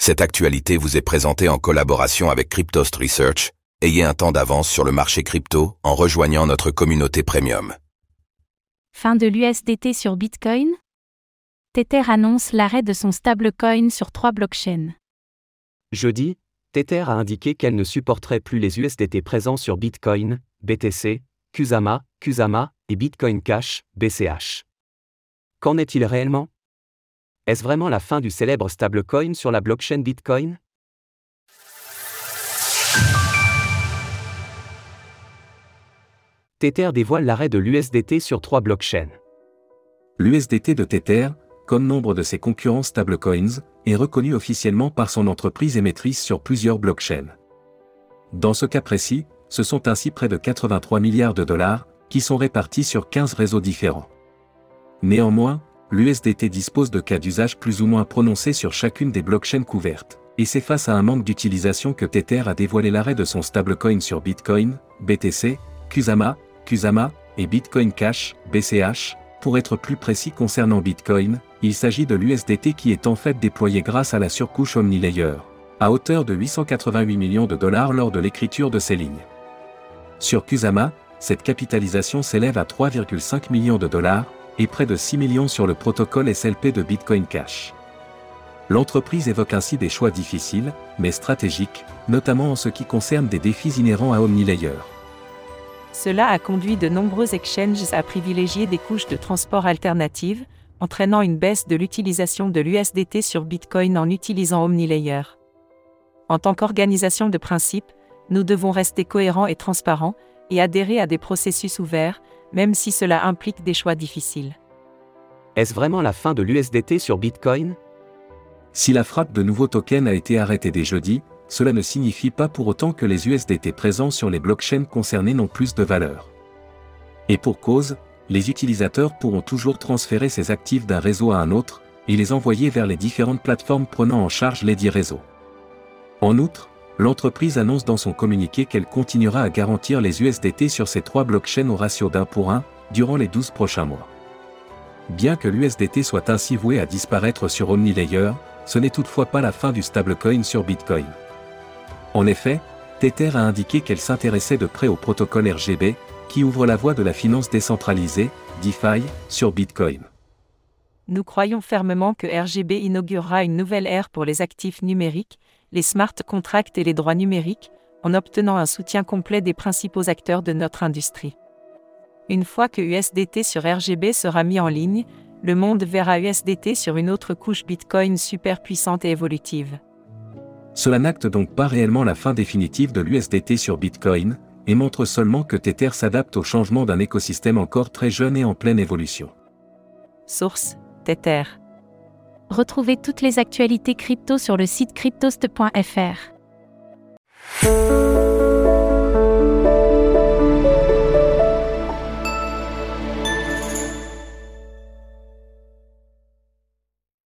Cette actualité vous est présentée en collaboration avec Cryptost Research. Ayez un temps d'avance sur le marché crypto en rejoignant notre communauté premium. Fin de l'USDT sur Bitcoin? Tether annonce l'arrêt de son stablecoin sur 3 blockchains. Jeudi, Tether a indiqué qu'elle ne supporterait plus les USDT présents sur Bitcoin, BTC, Kusama et Bitcoin Cash, BCH. Qu'en est-il réellement? Est-ce vraiment la fin du célèbre stablecoin sur la blockchain Bitcoin? Tether dévoile l'arrêt de l'USDT sur 3 blockchains. L'USDT de Tether, comme nombre de ses concurrents stablecoins, est reconnu officiellement par son entreprise émettrice sur plusieurs blockchains. Dans ce cas précis, ce sont ainsi près de 83 milliards de dollars, qui sont répartis sur 15 réseaux différents. Néanmoins, l'USDT dispose de cas d'usage plus ou moins prononcés sur chacune des blockchains couvertes, et c'est face à un manque d'utilisation que Tether a dévoilé l'arrêt de son stablecoin sur Bitcoin, BTC, Kusama et Bitcoin Cash, BCH. Pour être plus précis concernant Bitcoin, il s'agit de l'USDT qui est en fait déployé grâce à la surcouche OmniLayer, à hauteur de 888 millions de dollars lors de l'écriture de ces lignes. Sur Kusama, cette capitalisation s'élève à 3,5 millions de dollars, et près de 6 millions sur le protocole SLP de Bitcoin Cash. L'entreprise évoque ainsi des choix difficiles, mais stratégiques, notamment en ce qui concerne des défis inhérents à OmniLayer. Cela a conduit de nombreux exchanges à privilégier des couches de transport alternatives, entraînant une baisse de l'utilisation de l'USDT sur Bitcoin en utilisant OmniLayer. En tant qu'organisation de principe, nous devons rester cohérents et transparents, et adhérer à des processus ouverts, même si cela implique des choix difficiles. Est-ce vraiment la fin de l'USDT sur Bitcoin? Si la frappe de nouveaux tokens a été arrêtée dès jeudi, cela ne signifie pas pour autant que les USDT présents sur les blockchains concernées n'ont plus de valeur. Et pour cause, les utilisateurs pourront toujours transférer ces actifs d'un réseau à un autre, et les envoyer vers les différentes plateformes prenant en charge lesdits réseaux. En outre, l'entreprise annonce dans son communiqué qu'elle continuera à garantir les USDT sur ces 3 blockchains au ratio d'1 pour 1, durant les 12 prochains mois. Bien que l'USDT soit ainsi voué à disparaître sur OmniLayer, ce n'est toutefois pas la fin du stablecoin sur Bitcoin. En effet, Tether a indiqué qu'elle s'intéressait de près au protocole RGB, qui ouvre la voie de la finance décentralisée, DeFi, sur Bitcoin. Nous croyons fermement que RGB inaugurera une nouvelle ère pour les actifs numériques, les smart contracts et les droits numériques, en obtenant un soutien complet des principaux acteurs de notre industrie. Une fois que USDT sur RGB sera mis en ligne, le monde verra USDT sur une autre couche Bitcoin super puissante et évolutive. Cela n'acte donc pas réellement la fin définitive de l'USDT sur Bitcoin, et montre seulement que Tether s'adapte au changement d'un écosystème encore très jeune et en pleine évolution. Source: Tether. Retrouvez toutes les actualités crypto sur le site cryptost.fr.